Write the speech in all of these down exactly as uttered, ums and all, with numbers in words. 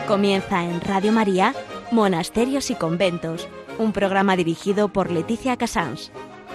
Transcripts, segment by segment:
Comienza en Radio María, Monasterios y Conventos, un programa dirigido por Leticia Casans.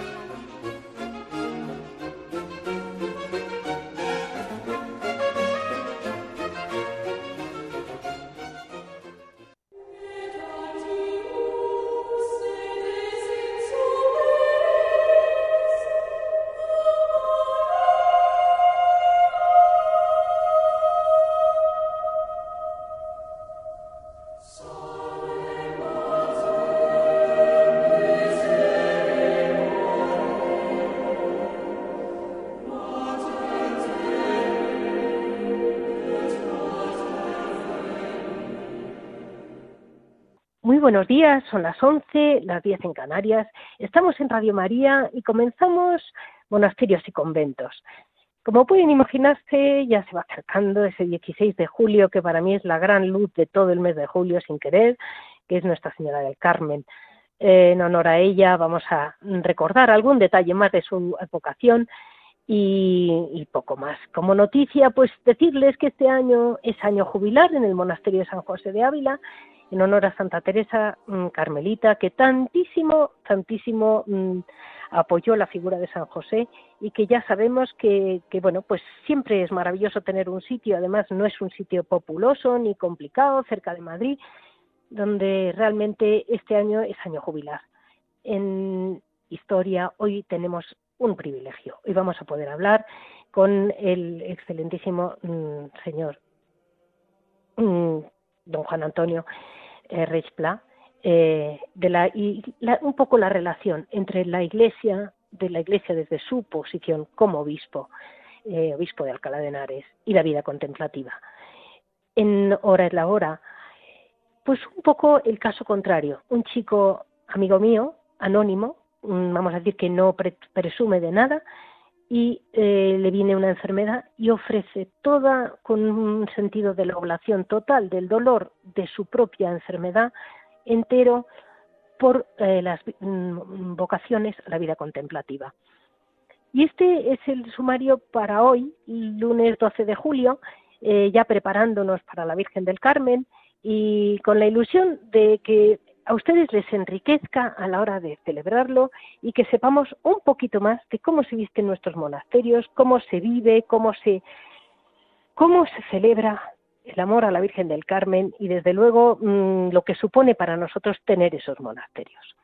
Muy buenos días, son las once, las diez en Canarias. Estamos en Radio María y comenzamos Monasterios y Conventos. Como pueden imaginarse, ya se va acercando ese dieciséis de julio, que para mí es la gran luz de todo el mes de julio, sin querer, que es Nuestra Señora del Carmen. Eh, en honor a ella vamos a recordar algún detalle más de su vocación y, y poco más. Como noticia, pues decirles que este año es año jubilar en el Monasterio de San José de Ávila, en honor a Santa Teresa mmm, Carmelita, que tantísimo, tantísimo mmm, apoyó la figura de San José y que ya sabemos que, que, bueno, pues siempre es maravilloso tener un sitio, además no es un sitio populoso ni complicado, cerca de Madrid, donde realmente este año es año jubilar. En historia hoy tenemos un privilegio, hoy vamos a poder hablar con el excelentísimo mmm, señor mmm, don Juan Antonio Eh, Reig Pla, eh, de la, y la, un poco la relación entre la Iglesia, de la Iglesia desde su posición como obispo, eh, obispo de Alcalá de Henares, y la vida contemplativa. En Hora es la Hora, pues un poco el caso contrario, un chico amigo mío, anónimo, vamos a decir que no pre- presume de nada, y eh, le viene una enfermedad y ofrece toda, con un sentido de la oblación total, del dolor de su propia enfermedad, entero por eh, las mm, vocaciones a la vida contemplativa. Y este es el sumario para hoy, lunes doce de julio, eh, ya preparándonos para la Virgen del Carmen y con la ilusión de que a ustedes les enriquezca a la hora de celebrarlo y que sepamos un poquito más de cómo se visten nuestros monasterios, cómo se vive, cómo se, cómo se celebra el amor a la Virgen del Carmen y desde luego mmm, lo que supone para nosotros tener esos monasterios.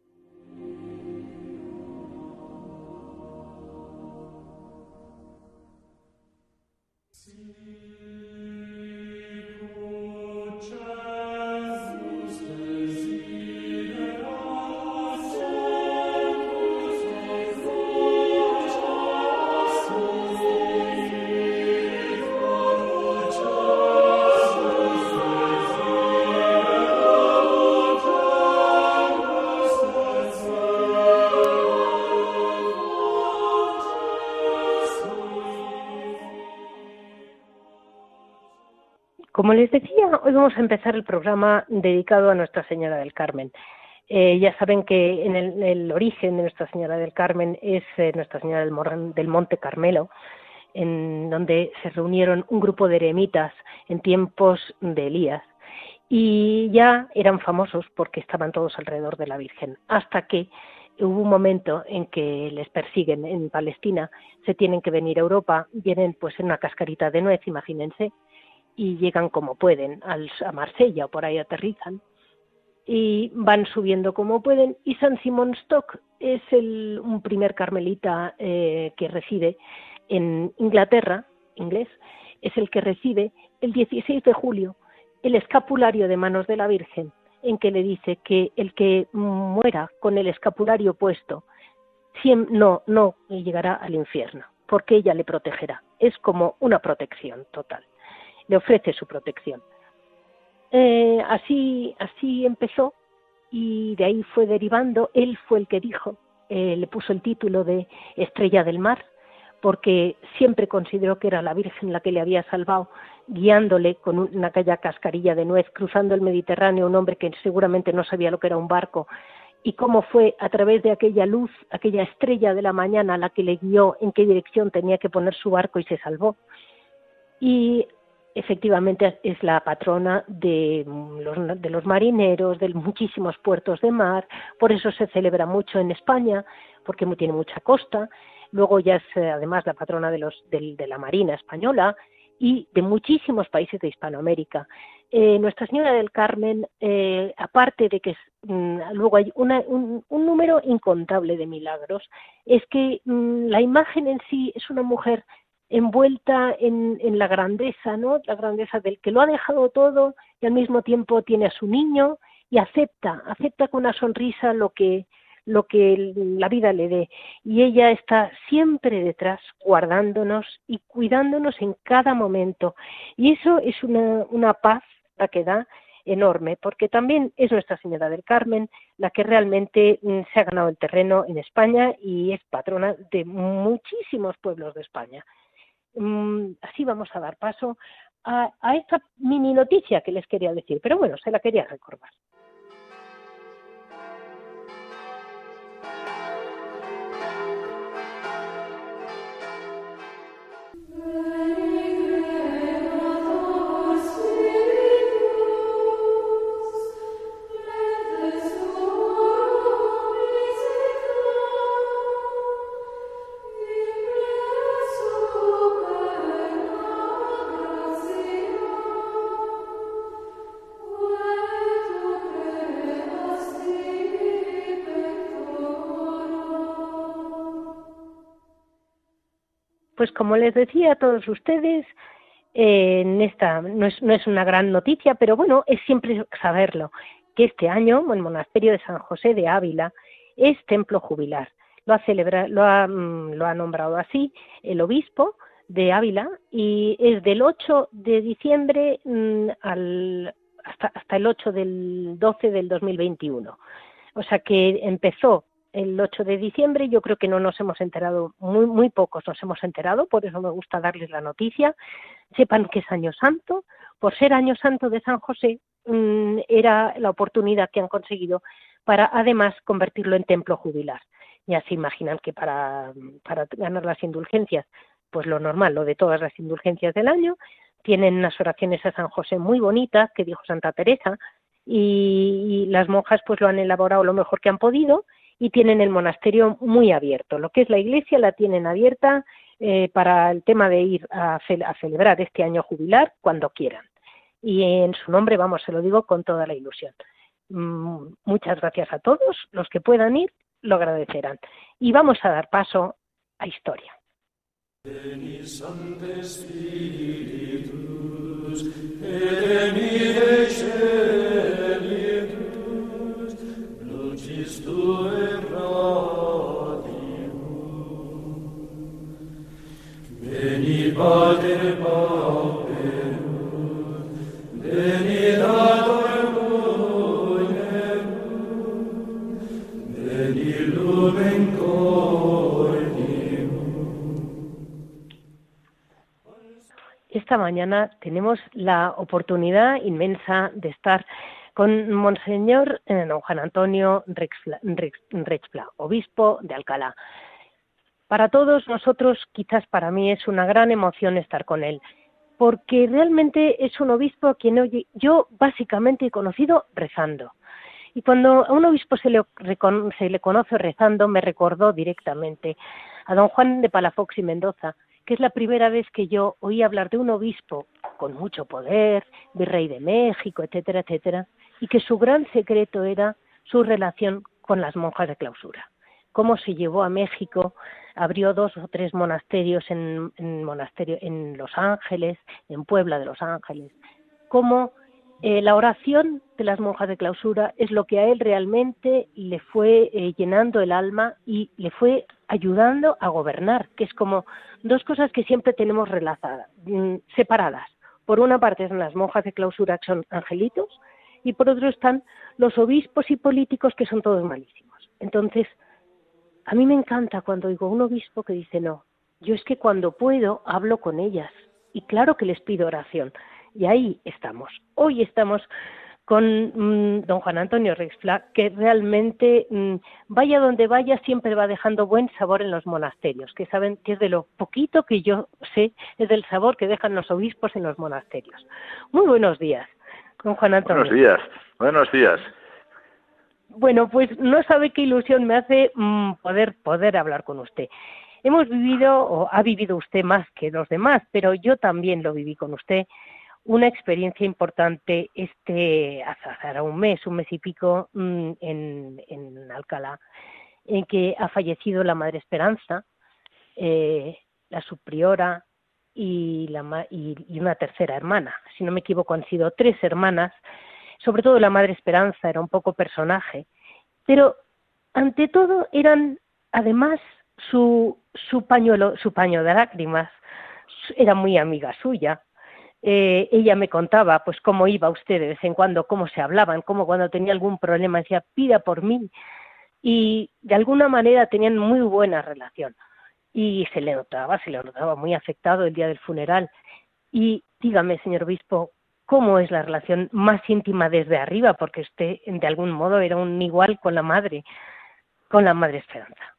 Como les decía, hoy vamos a empezar el programa dedicado a Nuestra Señora del Carmen. Eh, ya saben que en el, el origen de Nuestra Señora del Carmen es eh, Nuestra Señora del, Morran, del Monte Carmelo, en donde se reunieron un grupo de eremitas en tiempos de Elías y ya eran famosos porque estaban todos alrededor de la Virgen, hasta que hubo un momento en que les persiguen en Palestina, se tienen que venir a Europa, vienen pues en una cascarita de nuez, imagínense, y llegan como pueden al, a Marsella o por ahí aterrizan y van subiendo como pueden y San Simón Stock es el, un primer carmelita eh, que reside en Inglaterra, inglés, es el que recibe el dieciséis de julio el escapulario de manos de la Virgen en que le dice que el que muera con el escapulario puesto no, no llegará al infierno porque ella le protegerá, es como una protección total. Le ofrece su protección. Eh, así, así empezó y de ahí fue derivando, él fue el que dijo, eh, le puso el título de Estrella del Mar, porque siempre consideró que era la Virgen la que le había salvado, guiándole con una aquella cascarilla de nuez, cruzando el Mediterráneo, un hombre que seguramente no sabía lo que era un barco, y cómo fue a través de aquella luz, aquella estrella de la mañana la que le guió en qué dirección tenía que poner su barco y se salvó. Y efectivamente es la patrona de los, de los marineros, de muchísimos puertos de mar, por eso se celebra mucho en España, porque tiene mucha costa. Luego ya es eh, además la patrona de, los, de, de la Marina española y de muchísimos países de Hispanoamérica. Eh, Nuestra Señora del Carmen, eh, aparte de que es, mm, luego hay una, un, un número incontable de milagros, es que mm, la imagen en sí es una mujer envuelta en, en la grandeza, ¿no? La grandeza del que lo ha dejado todo y al mismo tiempo tiene a su niño y acepta, acepta con una sonrisa lo que, lo que la vida le dé. Y ella está siempre detrás, guardándonos y cuidándonos en cada momento. Y eso es una, una paz la que da enorme, porque también es Nuestra Señora del Carmen la que realmente mm, se ha ganado el terreno en España y es patrona de muchísimos pueblos de España. Mm, así vamos a dar paso a, a esta mini noticia que les quería decir, pero bueno, se la quería recordar. Pues como les decía a todos ustedes, eh, en esta no es, no es una gran noticia, pero bueno, es siempre saberlo, que este año el monasterio de San José de Ávila es templo jubilar. Lo ha, celebra, lo ha, lo ha nombrado así el obispo de Ávila y es del ocho de diciembre mmm, al, hasta, hasta el ocho del doce del dos mil veintiuno. O sea que empezó el ocho de diciembre, yo creo que no nos hemos enterado, muy muy pocos nos hemos enterado, por eso me gusta darles la noticia. Sepan que es Año Santo, por ser Año Santo de San José, mmm, era la oportunidad que han conseguido para además convertirlo en templo jubilar. Ya se imaginan que para, para ganar las indulgencias, pues lo normal, lo de todas las indulgencias del año, tienen unas oraciones a San José muy bonitas, que dijo Santa Teresa, y, y las monjas pues lo han elaborado lo mejor que han podido, y tienen el monasterio muy abierto. Lo que es la iglesia la tienen abierta eh, para el tema de ir a, ce- a celebrar este año jubilar cuando quieran. Y en su nombre, vamos, se lo digo con toda la ilusión. Mm, muchas gracias a todos. Los que puedan ir, lo agradecerán. Y vamos a dar paso a historia. Esta mañana tenemos la oportunidad inmensa de estar con Monseñor eh, don Juan Antonio Rexpla, obispo de Alcalá. Para todos nosotros, quizás para mí, es una gran emoción estar con él, porque realmente es un obispo a quien yo básicamente he conocido rezando. Y cuando a un obispo se le, se le conoce rezando, me recordó directamente a don Juan de Palafox y Mendoza, que es la primera vez que yo oí hablar de un obispo con mucho poder, virrey de México, etcétera, etcétera, y que su gran secreto era su relación con las monjas de clausura. Cómo se llevó a México, abrió dos o tres monasterios en, en, monasterio, en Los Ángeles, en Puebla de Los Ángeles, cómo eh, la oración de las monjas de clausura es lo que a él realmente le fue eh, llenando el alma y le fue ayudando a gobernar, que es como dos cosas que siempre tenemos relazadas, mmm, separadas. Por una parte son las monjas de clausura, que son angelitos, y por otro están los obispos y políticos, que son todos malísimos. Entonces, a mí me encanta cuando oigo un obispo que dice, no, yo es que cuando puedo hablo con ellas, y claro que les pido oración, y ahí estamos. Hoy estamos con mmm, don Juan Antonio Rexfla, que realmente mmm, vaya donde vaya siempre va dejando buen sabor en los monasterios, que saben que es de lo poquito que yo sé, es del sabor que dejan los obispos en los monasterios. Muy buenos días, don Juan Antonio. Buenos días, buenos días. Bueno, pues no sabe qué ilusión me hace mmm, poder, poder hablar con usted. Hemos vivido, o ha vivido usted más que los demás, pero yo también lo viví con usted, una experiencia importante este hace un mes, un mes y pico en, en Alcalá, en que ha fallecido la Madre Esperanza, eh, la subpriora y, la, y, y una tercera hermana. Si no me equivoco, han sido tres hermanas. Sobre todo la Madre Esperanza era un poco personaje, pero ante todo eran además su, su pañuelo, su paño de lágrimas. Era muy amiga suya. Eh, ella me contaba pues cómo iba usted de vez en cuando, cómo se hablaban, cómo cuando tenía algún problema decía pida por mí, y de alguna manera tenían muy buena relación y se le notaba, se le notaba muy afectado el día del funeral. Y dígame, señor obispo, ¿cómo es la relación más íntima desde arriba? Porque usted de algún modo era un igual con la madre, con la Madre Esperanza.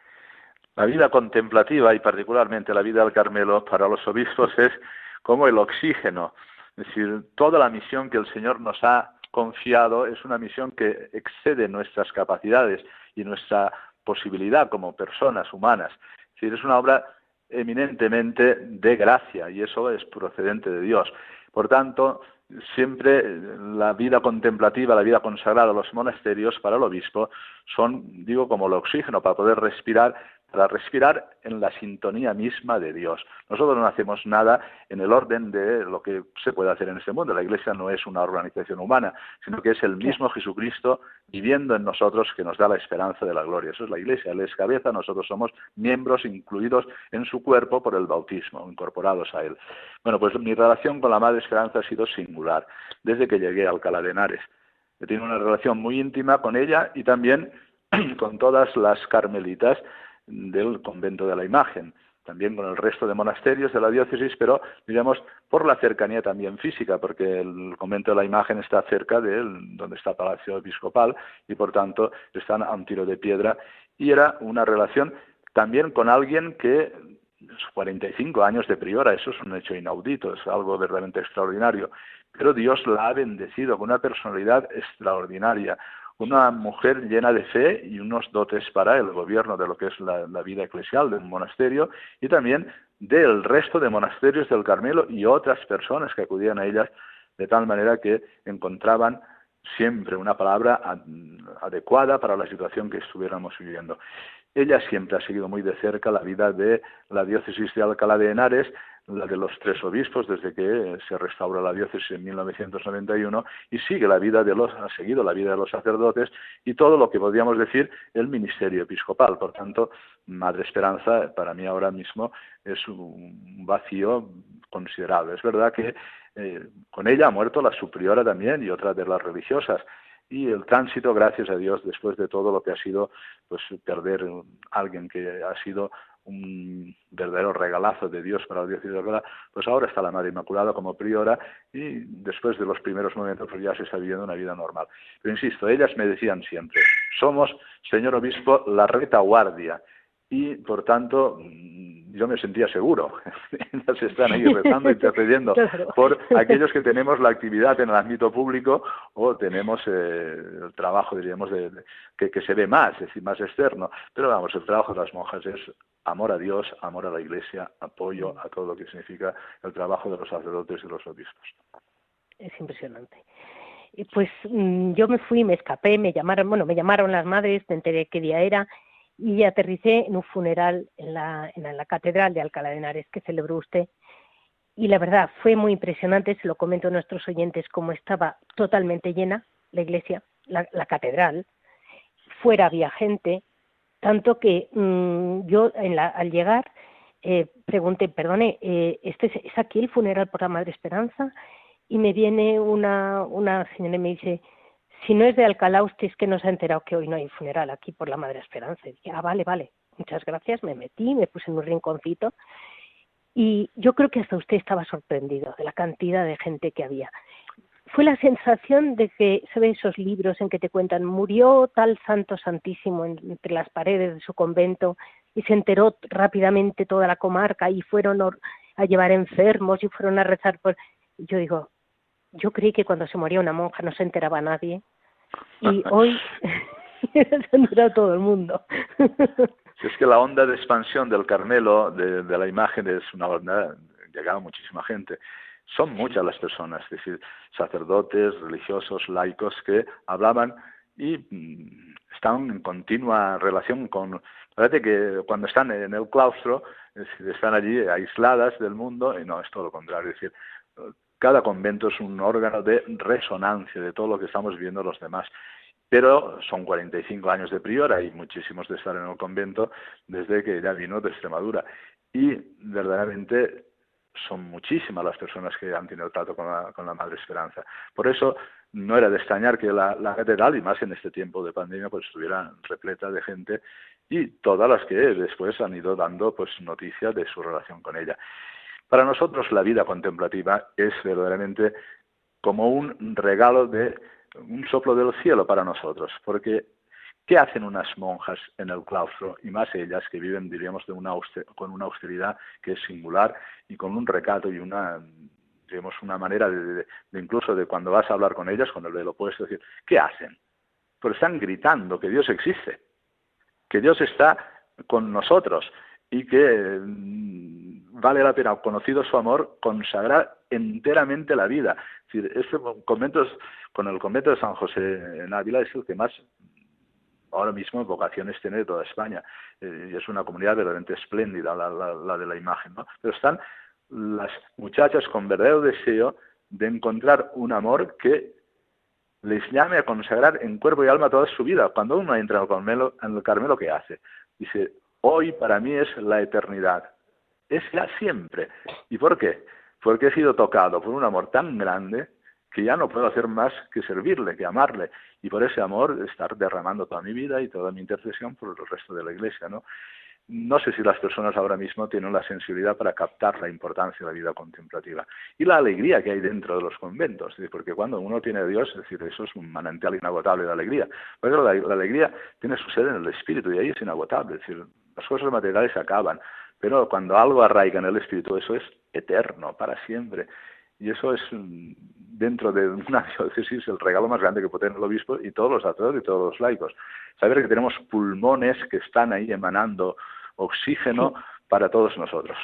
La vida contemplativa y particularmente la vida del Carmelo para los obispos es como el oxígeno, es decir, toda la misión que el Señor nos ha confiado es una misión que excede nuestras capacidades y nuestra posibilidad como personas humanas. Es decir, es una obra eminentemente de gracia y eso es procedente de Dios. Por tanto, siempre la vida contemplativa, la vida consagrada, los monasterios para el obispo son, digo, como el oxígeno para poder respirar, para respirar en la sintonía misma de Dios. Nosotros no hacemos nada en el orden de lo que se puede hacer en este mundo. La Iglesia no es una organización humana, sino que es el mismo Jesucristo viviendo en nosotros que nos da la esperanza de la gloria. Eso es la Iglesia, Él es cabeza, nosotros somos miembros incluidos en su cuerpo por el bautismo, incorporados a Él. Bueno, pues mi relación con la Madre Esperanza ha sido singular, desde que llegué a Alcalá de Henares. He tenido una relación muy íntima con ella y también con todas las carmelitas del convento de la Imagen, también con el resto de monasterios de la diócesis, pero digamos por la cercanía también física, porque el convento de la Imagen está cerca de él, donde está el Palacio Episcopal, y por tanto están a un tiro de piedra, y era una relación también con alguien que cuarenta y cinco años de priora, eso es un hecho inaudito, es algo verdaderamente extraordinario, pero Dios la ha bendecido con una personalidad extraordinaria, una mujer llena de fe y unos dotes para el gobierno de lo que es la, la vida eclesial del monasterio y también del resto de monasterios del Carmelo y otras personas que acudían a ellas, de tal manera que encontraban siempre una palabra adecuada para la situación que estuviéramos viviendo. Ella siempre ha seguido muy de cerca la vida de la diócesis de Alcalá de Henares, la de los tres obispos desde que se restaura la diócesis en mil novecientos noventa y uno y sigue la vida de los ha seguido la vida de los sacerdotes y todo lo que podríamos decir el ministerio episcopal. Por tanto, Madre Esperanza para mí ahora mismo es un vacío considerable. Es verdad que eh, con ella ha muerto la superiora también y otra de las religiosas. Y el tránsito, gracias a Dios, después de todo lo que ha sido pues perder a alguien que ha sido un verdadero regalazo de Dios para la diócesis de Alcalá, pues ahora está la Madre Inmaculada como priora y después de los primeros momentos pues ya se está viviendo una vida normal. Pero insisto, ellas me decían siempre, somos, señor obispo, la retaguardia y por tanto yo me sentía seguro. Ellas están ahí rezando, intercediendo por aquellos que tenemos la actividad en el ámbito público o tenemos eh, el trabajo, diríamos, de, de, que, que se ve más, es decir, más externo. Pero vamos, el trabajo de las monjas es amor a Dios, amor a la Iglesia, apoyo a todo lo que significa el trabajo de los sacerdotes y los obispos. Es impresionante. Pues yo me fui, me escapé, me llamaron, bueno, me llamaron las madres, me enteré qué día era, y aterricé en un funeral en la, en la Catedral de Alcalá de Henares que celebró usted. Y la verdad, fue muy impresionante, se lo comento a nuestros oyentes, como estaba totalmente llena la iglesia, la, la catedral, fuera había gente, tanto que mmm, yo en la, al llegar eh, pregunté, perdone, eh, ¿este es, ¿es aquí el funeral por la Madre Esperanza? Y me viene una, una señora y me dice, si no es de Alcalá, usted es que no se ha enterado que hoy no hay funeral aquí por la Madre Esperanza. Y dije, ah, vale, vale, muchas gracias, me metí, me puse en un rinconcito y yo creo que hasta usted estaba sorprendido de la cantidad de gente que había. fue la sensación de que, ¿sabes? Esos libros en que te cuentan, murió tal santo santísimo entre las paredes de su convento y se enteró rápidamente toda la comarca y fueron a llevar enfermos y fueron a rezar por... Yo digo, yo creí que cuando se moría una monja no se enteraba nadie y hoy se ha enterado todo el mundo. Es que la onda de expansión del Carmelo, de, de la imagen, es una onda, llegaba muchísima gente. Son muchas las personas, es decir, sacerdotes, religiosos, laicos, que hablaban y mmm, están en continua relación con... Fíjate que cuando están en el claustro, es decir, están allí aisladas del mundo, y no, es todo lo contrario. Es decir, cada convento es un órgano de resonancia de todo lo que estamos viendo los demás. Pero son cuarenta y cinco años de priora y muchísimos de estar en el convento desde que ella vino de Extremadura. Y verdaderamente son muchísimas las personas que han tenido trato con la, con la Madre Esperanza. Por eso no era de extrañar que la, la catedral, y más en este tiempo de pandemia, pues estuviera repleta de gente, y todas las que después han ido dando pues noticias de su relación con ella. Para nosotros la vida contemplativa es verdaderamente como un regalo, de un soplo del cielo para nosotros, porque ¿qué hacen unas monjas en el claustro? Y más ellas que viven, diríamos, de una auster- con una austeridad que es singular y con un recato y una, digamos, una manera de, de, de incluso de cuando vas a hablar con ellas, con el velo puesto, decir, ¿qué hacen? Pues están gritando que Dios existe, que Dios está con nosotros y que mmm, vale la pena, conocido su amor, consagrar enteramente la vida. Es decir, este convento es, con el convento de San José en Ávila es el que más ahora mismo vocaciones tiene de toda España. Eh, y es una comunidad verdaderamente espléndida, la, la, la de la imagen, ¿no? Pero están las muchachas con verdadero deseo de encontrar un amor que les llame a consagrar en cuerpo y alma toda su vida. Cuando uno entra en el Carmelo, en el Carmelo, ¿qué hace? Dice, hoy para mí es la eternidad. Es ya siempre. ¿Y por qué? Porque he sido tocado por un amor tan grande que ya no puedo hacer más que servirle, que amarle. Y por ese amor estar derramando toda mi vida y toda mi intercesión por el resto de la Iglesia, ¿no? No sé si las personas ahora mismo tienen la sensibilidad para captar la importancia de la vida contemplativa y la alegría que hay dentro de los conventos, porque cuando uno tiene a Dios, es decir, eso es un manantial inagotable de alegría, pero la, la alegría tiene su sede en el espíritu y ahí es inagotable, es decir, las cosas materiales se acaban, pero cuando algo arraiga en el espíritu, eso es eterno, para siempre. Y eso es, dentro de una diócesis, el regalo más grande que puede tener el obispo y todos los sacerdotes y todos los laicos. Saber que tenemos pulmones que están ahí emanando oxígeno sí. para todos nosotros.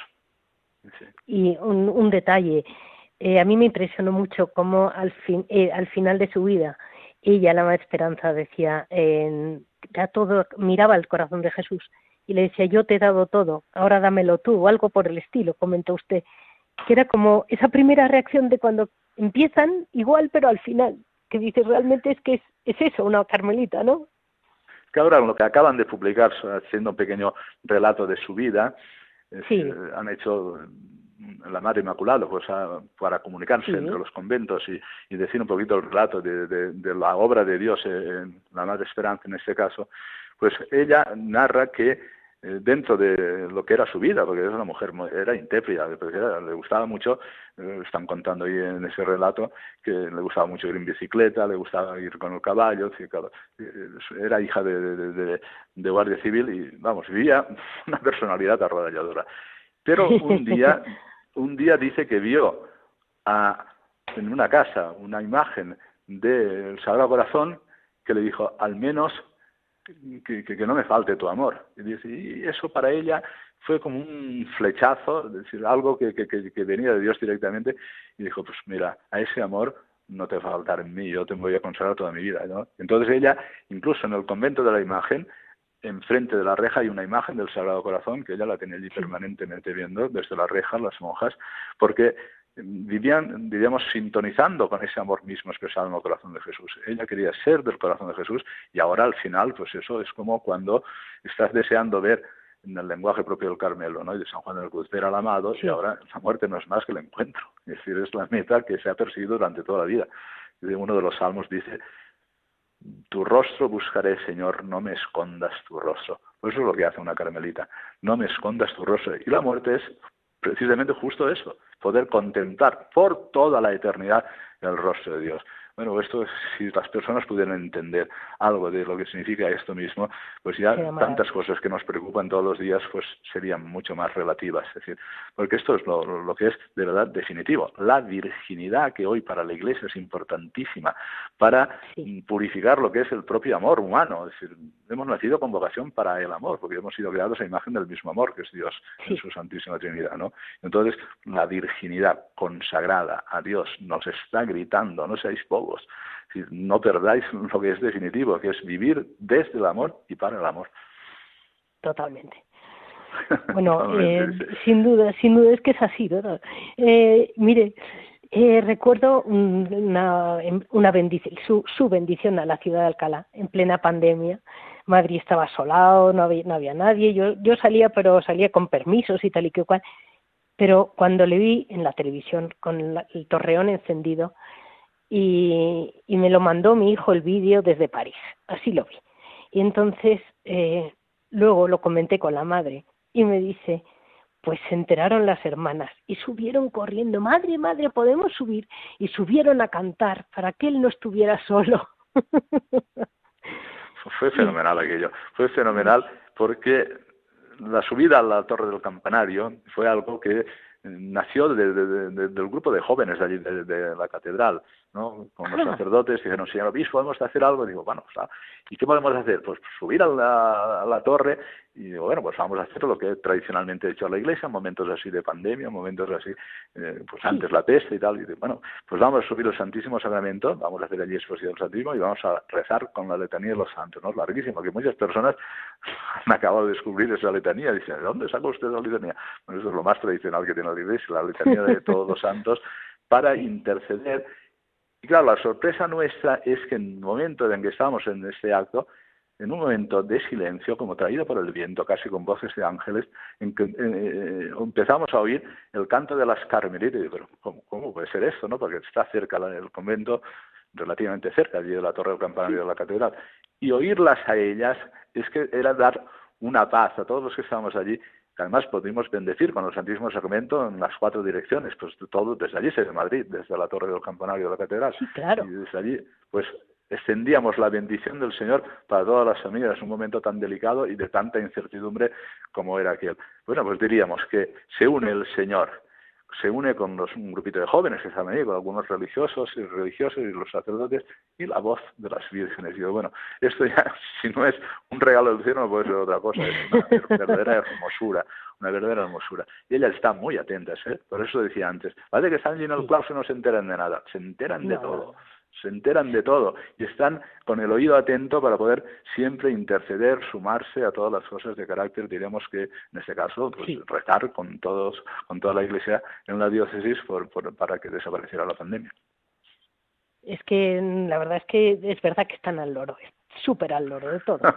Sí. Y un, un detalle, eh, a mí me impresionó mucho cómo al, fin, eh, al final de su vida, ella, la Madre Esperanza, decía, eh, ya todo, miraba el corazón de Jesús y le decía, yo te he dado todo, ahora dámelo tú, o algo por el estilo, comentó usted. Que era como esa primera reacción de cuando empiezan igual, pero al final, que dices, realmente es que es, es eso, una carmelita, ¿no? Que ahora lo que acaban de publicar, haciendo un pequeño relato de su vida, es, sí. eh, han hecho la Madre Inmaculada pues, a, para comunicarse sí. entre los conventos y, y decir un poquito el relato de, de, de la obra de Dios en la Madre Esperanza en este caso, pues ella narra que dentro de lo que era su vida, porque es una mujer, era intrépida, era, le gustaba mucho, eh, están contando ahí en ese relato, que le gustaba mucho ir en bicicleta, le gustaba ir con el caballo, era hija de, de, de, de guardia civil y, vamos, vivía una personalidad arrodilladora. Pero un día, un día dice que vio a, en una casa una imagen del Sagrado Corazón que le dijo, al menos Que, que, que no me falte tu amor. Y, dice, y eso para ella fue como un flechazo, es decir, algo que, que, que venía de Dios directamente, y dijo, pues mira, a ese amor no te va a faltar en mí, yo te voy a consagrar toda mi vida, ¿no? Entonces ella, incluso en el convento de la imagen, enfrente de la reja hay una imagen del Sagrado Corazón, que ella la tenía allí permanentemente viendo, desde la reja, las monjas, porque vivían, diríamos, sintonizando con ese amor mismo expresado en el corazón de Jesús. Ella quería ser del corazón de Jesús y ahora al final, pues eso es como cuando estás deseando ver en el lenguaje propio del Carmelo, ¿no? Y de San Juan de la Cruz, ver al amado sí. y ahora la muerte no es más que el encuentro. Es decir, es la meta que se ha perseguido durante toda la vida. Y uno de los salmos dice, tu rostro buscaré, Señor, no me escondas tu rostro. Pues eso es lo que hace una carmelita, no me escondas tu rostro. Y la muerte es precisamente justo eso, poder contemplar por toda la eternidad el rostro de Dios. Bueno, esto, si las personas pudieran entender algo de lo que significa esto mismo, pues ya tantas cosas que nos preocupan todos los días, pues serían mucho más relativas. Es decir, porque esto es lo, lo que es de verdad definitivo. La virginidad, que hoy para la Iglesia es importantísima, para sí. purificar lo que es el propio amor humano. Es decir, hemos nacido con vocación para el amor, porque hemos sido creados a imagen del mismo amor, que es Dios sí. en su Santísima Trinidad, ¿no? Entonces, la virginidad consagrada a Dios nos está gritando, no seáis pobres. No perdáis lo que es definitivo, que es vivir desde el amor y para el amor. Totalmente. Bueno, Totalmente, eh, sí. sin duda, sin duda es que es así, ¿no? Eh, mire, eh, recuerdo una, una bendición, su, su bendición a la ciudad de Alcalá en plena pandemia. Madrid estaba asolado, no había, no había nadie. Yo, yo salía, pero salía con permisos y tal y que cual. Pero cuando le vi en la televisión con la, el torreón encendido, Y, y me lo mandó mi hijo el vídeo desde París, así lo vi. Y entonces eh, luego lo comenté con la madre y me dice, pues se enteraron las hermanas y subieron corriendo, madre, madre, podemos subir, y subieron a cantar para que él no estuviera solo. Fue fenomenal aquello, fue fenomenal porque la subida a la Torre del Campanario fue algo que nació de, de, de, del grupo de jóvenes de allí, de, de la catedral, ¿no? Con los sacerdotes dijeron, señor obispo, ¿podemos hacer algo? Y digo, bueno, pues, ah, ¿y qué podemos hacer? Pues subir a la, a la torre, y digo, bueno, pues vamos a hacer lo que tradicionalmente ha hecho la Iglesia en momentos así de pandemia, momentos así, eh, pues antes la peste y tal, y digo, bueno, pues vamos a subir el Santísimo Sacramento, vamos a hacer allí exposición del Santísimo y vamos a rezar con la letanía de los santos, ¿no? Larguísimo, que muchas personas han acabado de descubrir esa letanía, dicen, ¿de dónde sacó usted la letanía? Bueno, eso es lo más tradicional que tiene la Iglesia, la letanía de todos los santos, para interceder. Y claro, la sorpresa nuestra es que en el momento en que estábamos en este acto, en un momento de silencio, como traído por el viento, casi con voces de ángeles, en que eh, empezamos a oír el canto de las carmelitas. Y digo, pero ¿cómo, ¿cómo puede ser esto? ¿No? Porque está cerca el convento, relativamente cerca, allí de la Torre del Campanario de la Catedral. Y oírlas a ellas es que era dar una paz a todos los que estábamos allí. Además, pudimos bendecir con el Santísimo Sacramento en las cuatro direcciones, pues todo desde allí, desde Madrid, desde la Torre del Campanario de la Catedral. Sí, claro. Y desde allí, pues, extendíamos la bendición del Señor para todas las familias en un momento tan delicado y de tanta incertidumbre como era aquel. Bueno, pues diríamos que se une el Señor, se une con los, un grupito de jóvenes que están ahí, con algunos religiosos y religiosos y los sacerdotes, y la voz de las vírgenes. Y digo, bueno, esto ya, si no es un regalo del cielo, no puede ser otra cosa, es una verdadera hermosura, una verdadera hermosura. Y ellas están muy atentas, ¿eh? Por eso decía antes, vale que están allí en el claustro y no se enteran de nada, se enteran de no. todo. Se enteran de todo y están con el oído atento para poder siempre interceder, sumarse a todas las cosas de carácter, diremos que en este caso, pues sí. rezar con todos, con toda la Iglesia en la diócesis por, por, para que desapareciera la pandemia. Es que la verdad es que es verdad que están al loro, súper al loro de todo.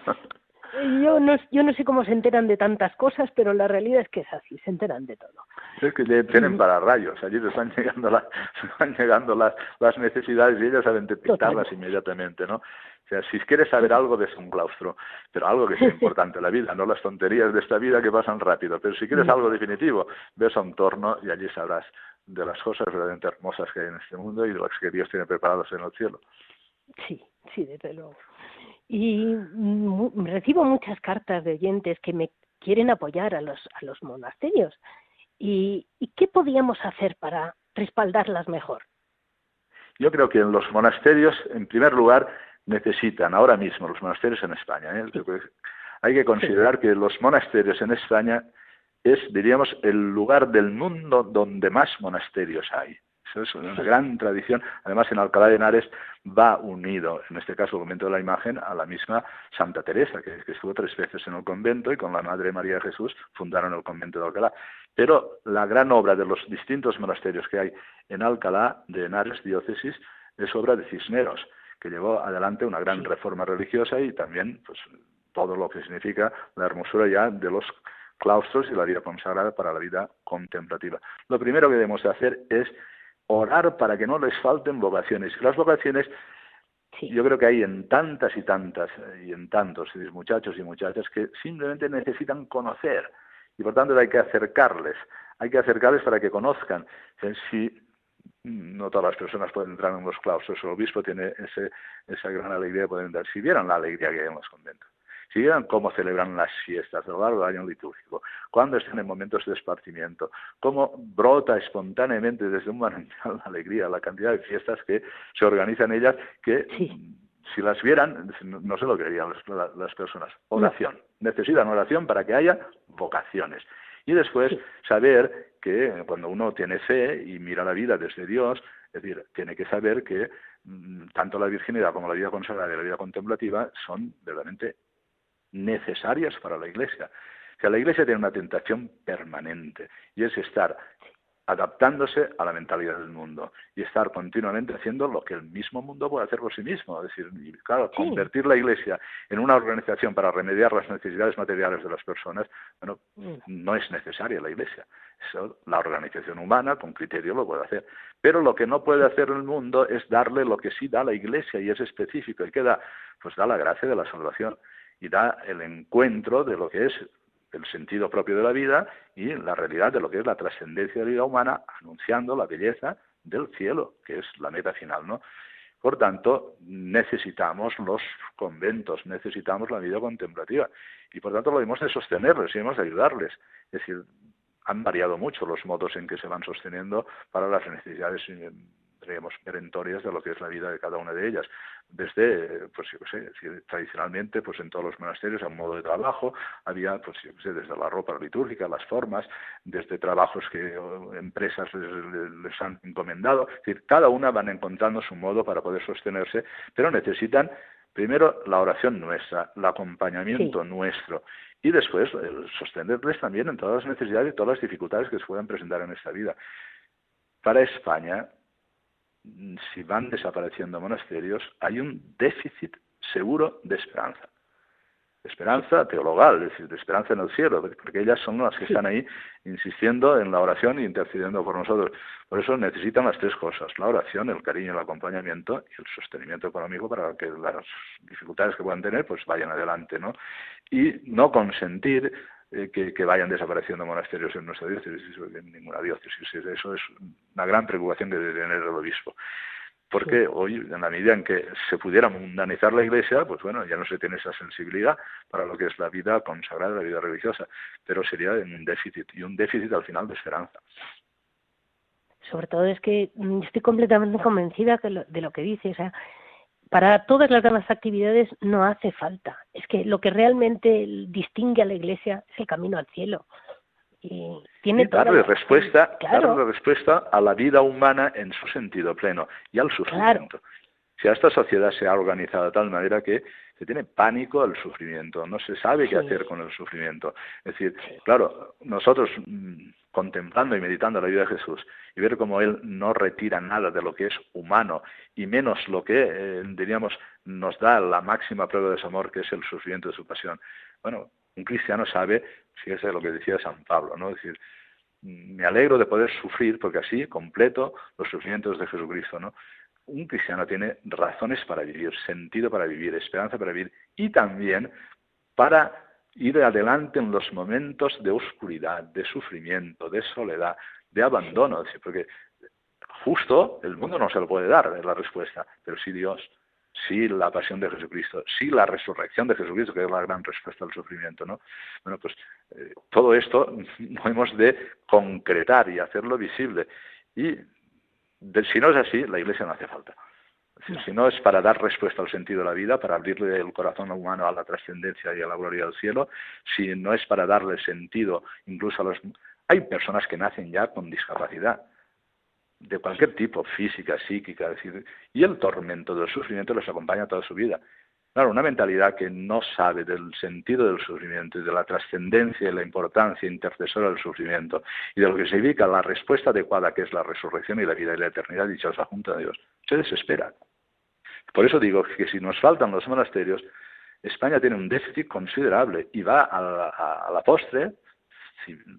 Yo no, yo no sé cómo se enteran de tantas cosas, pero la realidad es que es así, se enteran de todo. Es que tienen para rayos, allí te están llegando las, están llegando las, las necesidades y ellas saben detectarlas inmediatamente, ¿no? O sea, si quieres saber algo, ves un claustro, pero algo que sea importante en la vida, no las tonterías de esta vida que pasan rápido, pero si quieres algo definitivo, ves a un torno y allí sabrás de las cosas realmente hermosas que hay en este mundo y de las que Dios tiene preparadas en el cielo. Sí, sí, desde luego. Y mm, recibo muchas cartas de oyentes que me quieren apoyar a los a los monasterios. ¿Y, y qué podíamos hacer para respaldarlas mejor? Yo creo que en los monasterios, en primer lugar, necesitan ahora mismo los monasterios en España. ¿eh? Sí. Hay que considerar sí. que los monasterios en España es, diríamos, el lugar del mundo donde más monasterios hay. Eso es una gran tradición. Además, en Alcalá de Henares va unido, en este caso el convento de la Imagen, a la misma Santa Teresa, que, que estuvo tres veces en el convento y con la Madre María de Jesús fundaron el convento de Alcalá. Pero la gran obra de los distintos monasterios que hay en Alcalá de Henares, diócesis, es obra de Cisneros, que llevó adelante una gran reforma religiosa y también pues todo lo que significa la hermosura ya de los claustros y la vida consagrada para la vida contemplativa. Lo primero que debemos hacer es orar para que no les falten vocaciones. Las vocaciones, sí. yo creo que hay en tantas y tantas, y en tantos muchachos y muchachas que simplemente necesitan conocer, y por tanto hay que acercarles hay que acercarles para que conozcan. Si no todas las personas pueden entrar en los claustros, el obispo tiene ese, esa gran alegría de poder entrar. Si vieran la alegría que hay en los conventos, si vieran cómo celebran las fiestas a lo largo del año litúrgico, cuando están en momentos de esparcimiento, cómo brota espontáneamente desde un manantial la alegría, la cantidad de fiestas que se organizan ellas, que sí. Si las vieran, no se lo creerían las, las personas. Oración. No. Necesitan oración para que haya vocaciones. Y después sí. saber que cuando uno tiene fe y mira la vida desde Dios, es decir, tiene que saber que mmm, tanto la virginidad como la vida consagrada y la vida contemplativa son verdaderamente necesarias para la Iglesia. O sea, la Iglesia tiene una tentación permanente y es estar adaptándose a la mentalidad del mundo y estar continuamente haciendo lo que el mismo mundo puede hacer por sí mismo. Es decir, y claro, sí. convertir la Iglesia en una organización para remediar las necesidades materiales de las personas, bueno, mm. no es necesaria la Iglesia. Eso, la organización humana, con criterio, lo puede hacer. Pero lo que no puede hacer el mundo es darle lo que sí da la Iglesia, y es específico. ¿Y qué da? Pues da la gracia de la salvación y da el encuentro de lo que es el sentido propio de la vida y la realidad de lo que es la trascendencia de la vida humana, anunciando la belleza del cielo, que es la meta final, ¿no? Por tanto, necesitamos los conventos, necesitamos la vida contemplativa, y por tanto lo hemos de sostenerles y hemos de ayudarles. Es decir, han variado mucho los modos en que se van sosteniendo para las necesidades, digamos, perentorias de lo que es la vida de cada una de ellas. Desde, pues yo qué sé, decir, tradicionalmente, pues en todos los monasterios, a un modo de trabajo, había, pues yo qué sé, desde la ropa litúrgica, las formas, desde trabajos que empresas les, les han encomendado. Es decir, cada una van encontrando su modo para poder sostenerse, pero necesitan, primero, la oración nuestra, el acompañamiento sí. nuestro, y después el sostenerles también en todas las necesidades y todas las dificultades que se puedan presentar en esta vida. Para España, si van desapareciendo monasterios, hay un déficit seguro de esperanza. Esperanza teologal, es decir, de esperanza en el cielo, porque ellas son las que están ahí insistiendo en la oración e intercediendo por nosotros. Por eso necesitan las tres cosas: la oración, el cariño, el acompañamiento y el sostenimiento económico para que las dificultades que puedan tener pues vayan adelante, ¿no? Y no consentir eh, que, que vayan desapareciendo monasterios en nuestra diócesis, en ninguna diócesis. Eso es una gran preocupación que debe tener el obispo. Porque hoy, en la medida en que se pudiera mundanizar la Iglesia, pues bueno, ya no se tiene esa sensibilidad para lo que es la vida consagrada, la vida religiosa, pero sería en un déficit, y un déficit al final de esperanza. Sobre todo es que estoy completamente convencida de lo que dice, o sea, para todas las demás actividades no hace falta. Es que lo que realmente distingue a la Iglesia es el camino al cielo. Y tiene y darle la... respuesta, claro. darle respuesta a la vida humana en su sentido pleno y al sufrimiento. Claro. Si a esta sociedad se ha organizado de tal manera que se tiene pánico al sufrimiento, no se sabe sí. qué hacer con el sufrimiento. Es decir, sí. claro, nosotros mmm, contemplando y meditando la vida de Jesús y ver cómo Él no retira nada de lo que es humano y menos lo que, eh, diríamos, nos da la máxima prueba de su amor, que es el sufrimiento de su pasión. Bueno, un cristiano sabe, fíjese lo que decía San Pablo, ¿no? Es decir, me alegro de poder sufrir porque así completo los sufrimientos de Jesucristo, ¿no? Un cristiano tiene razones para vivir, sentido para vivir, esperanza para vivir y también para ir adelante en los momentos de oscuridad, de sufrimiento, de soledad, de abandono, porque justo el mundo no se lo puede dar, es la respuesta, pero sí Dios. Sí la pasión de Jesucristo, sí la resurrección de Jesucristo, que es la gran respuesta al sufrimiento, ¿no? Bueno, pues eh, todo esto no hemos de concretar y hacerlo visible. Y de, si no es así, la Iglesia no hace falta. Es decir, si no es para dar respuesta al sentido de la vida, para abrirle el corazón humano a la trascendencia y a la gloria del cielo, si no es para darle sentido incluso a los... Hay personas que nacen ya con discapacidad, de cualquier tipo, física, psíquica, es decir, y el tormento del sufrimiento les acompaña toda su vida. Claro, una mentalidad que no sabe del sentido del sufrimiento y de la trascendencia y la importancia intercesora del sufrimiento y de lo que significa la respuesta adecuada, que es la resurrección y la vida y la eternidad dichosa junto a Dios, se desespera. Por eso digo que si nos faltan los monasterios, España tiene un déficit considerable y va a la, a la postre, si, pues,